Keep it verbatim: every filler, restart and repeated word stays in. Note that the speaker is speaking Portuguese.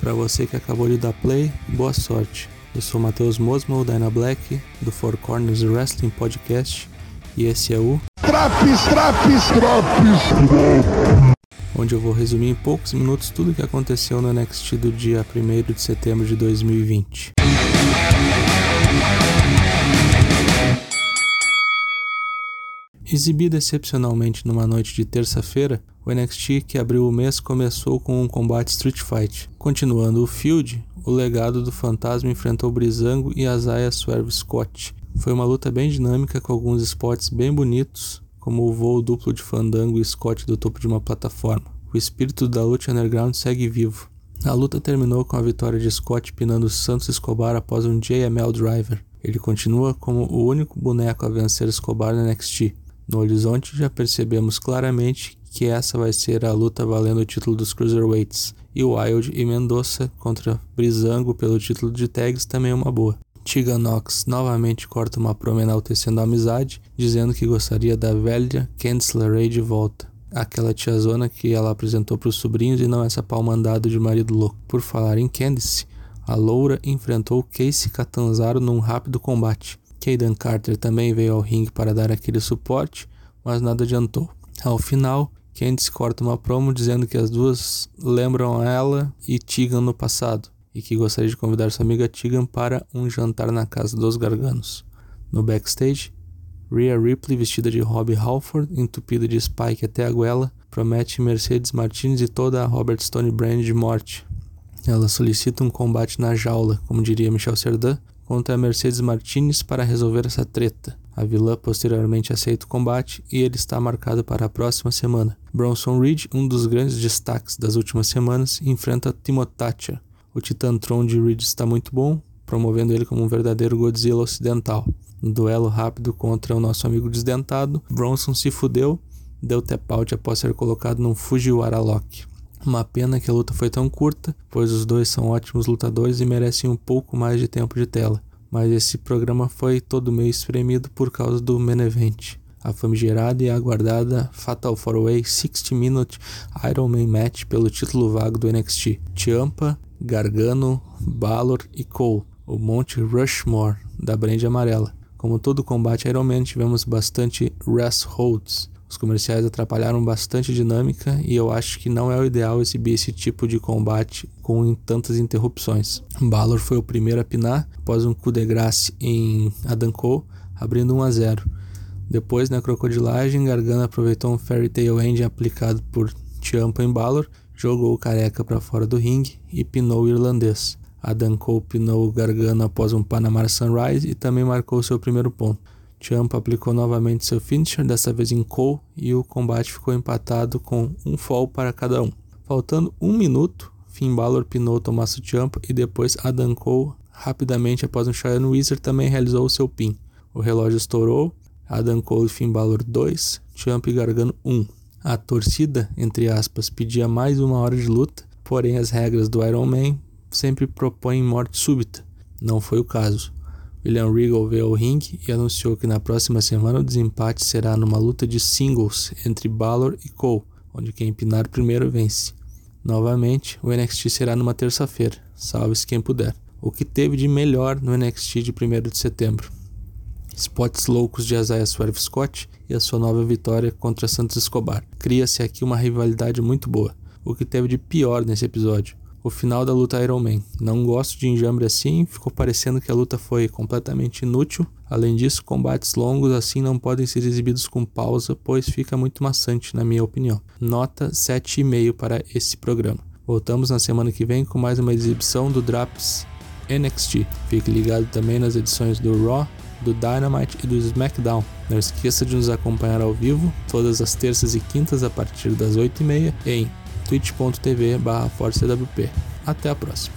Para você que acabou de dar play, boa sorte. Eu sou Matheus Mosma, o Dyna Black, do Four Corners Wrestling Podcast, e esse é o Traps, Traps, Traps, onde eu vou resumir em poucos minutos tudo o que aconteceu no N X T do dia primeiro de setembro de dois mil e vinte. Exibido excepcionalmente numa noite de terça-feira, o N X T que abriu o mês começou com um combate Street Fight. Continuando o feud, o legado do Fantasma enfrentou Breezango e Isaiah Swerve Scott. Foi uma luta bem dinâmica com alguns spots bem bonitos, como o voo duplo de Fandango e Scott do topo de uma plataforma. O espírito da luta underground segue vivo. A luta terminou com a vitória de Scott pinando Santos Escobar após um J M L Driver. Ele continua como o único boneco a vencer Escobar no N X T. No horizonte já percebemos claramente que essa vai ser a luta valendo o título dos Cruiserweights, e Wild e Mendoza contra Breezango pelo título de tags também é uma boa. Tegan Nox novamente corta uma promo enaltecendo a amizade, dizendo que gostaria da velha Candice LeRae de volta, aquela tiazona que ela apresentou para os sobrinhos e não essa pau mandado de marido louco. Por falar em Candice, a loura enfrentou Casey Catanzaro num rápido combate. Kayden Carter também veio ao ringue para dar aquele suporte, mas nada adiantou. Ao final, Candice corta uma promo dizendo que as duas lembram ela e Tegan no passado, e que gostaria de convidar sua amiga Tegan para um jantar na casa dos Garganos. No backstage, Rhea Ripley, vestida de Robbie Halford, entupida de Spike até a goela, promete Mercedes Martinez e toda a Robert Stone Brand de morte. Ela solicita um combate na jaula, como diria Michel Serdan, contra a Mercedes Martinez para resolver essa treta. A vilã posteriormente aceita o combate e ele está marcado para a próxima semana. Bronson Reed, um dos grandes destaques das últimas semanas, enfrenta Timo Thatcher. O Titantron de Reed está muito bom, promovendo ele como um verdadeiro Godzilla ocidental. No duelo rápido contra o nosso amigo desdentado, Bronson se fudeu, deu tap out após ser colocado num Fujiwara Lock. Uma pena que a luta foi tão curta, pois os dois são ótimos lutadores e merecem um pouco mais de tempo de tela. Mas esse programa foi todo meio espremido por causa do main event, a famigerada e aguardada Fatal four Way sixty minute Iron Man Match pelo título vago do N X T. Ciampa, Gargano, Balor e Cole, o Monte Rushmore da brand amarela. Como todo combate Iron Man, tivemos bastante rest holds. Os comerciais atrapalharam bastante a dinâmica e eu acho que não é o ideal exibir esse tipo de combate com tantas interrupções. Balor foi o primeiro a pinar após um coup de grace em Adam Cole, abrindo um a zero. Depois, na crocodilagem, Gargano aproveitou um Fairy Tail Ending aplicado por Ciampa em Balor, jogou o careca para fora do ringue e pinou o irlandês. Adam Cole pinou o Gargano após um Panama Sunrise e também marcou seu primeiro ponto. Ciampa aplicou novamente seu finisher, dessa vez em Cole, e o combate ficou empatado com um fall para cada um. Faltando um minuto, Finn Balor pinou Tommaso Ciampa e depois Adam Cole, rapidamente após um Cheyenne Wizard, também realizou o seu pin. O relógio estourou, Adam Cole e Finn Balor dois, Ciampa e Gargano um. A torcida, entre aspas, pedia mais uma hora de luta, porém as regras do Iron Man sempre propõem morte súbita. Não foi o caso. William Regal veio ao ringue e anunciou que na próxima semana o desempate será numa luta de singles entre Balor e Cole, onde quem pinar primeiro vence. Novamente, o N X T será numa terça-feira, salve-se quem puder. O que teve de melhor no N X T de primeiro de setembro? Spots loucos de Isaiah Swerve Scott e a sua nova vitória contra Santos Escobar. Cria-se aqui uma rivalidade muito boa. O que teve de pior nesse episódio? O final da luta Iron Man. Não gosto de enjambre assim, ficou parecendo que a luta foi completamente inútil. Além disso, combates longos assim não podem ser exibidos com pausa, pois fica muito maçante, na minha opinião. Nota sete vírgula cinco para esse programa. Voltamos na semana que vem com mais uma exibição do Drops N X T. Fique ligado também nas edições do Raw, do Dynamite e do SmackDown. Não esqueça de nos acompanhar ao vivo, todas as terças e quintas a partir das oito e meia em twitch ponto tv barra force w p. Até a próxima.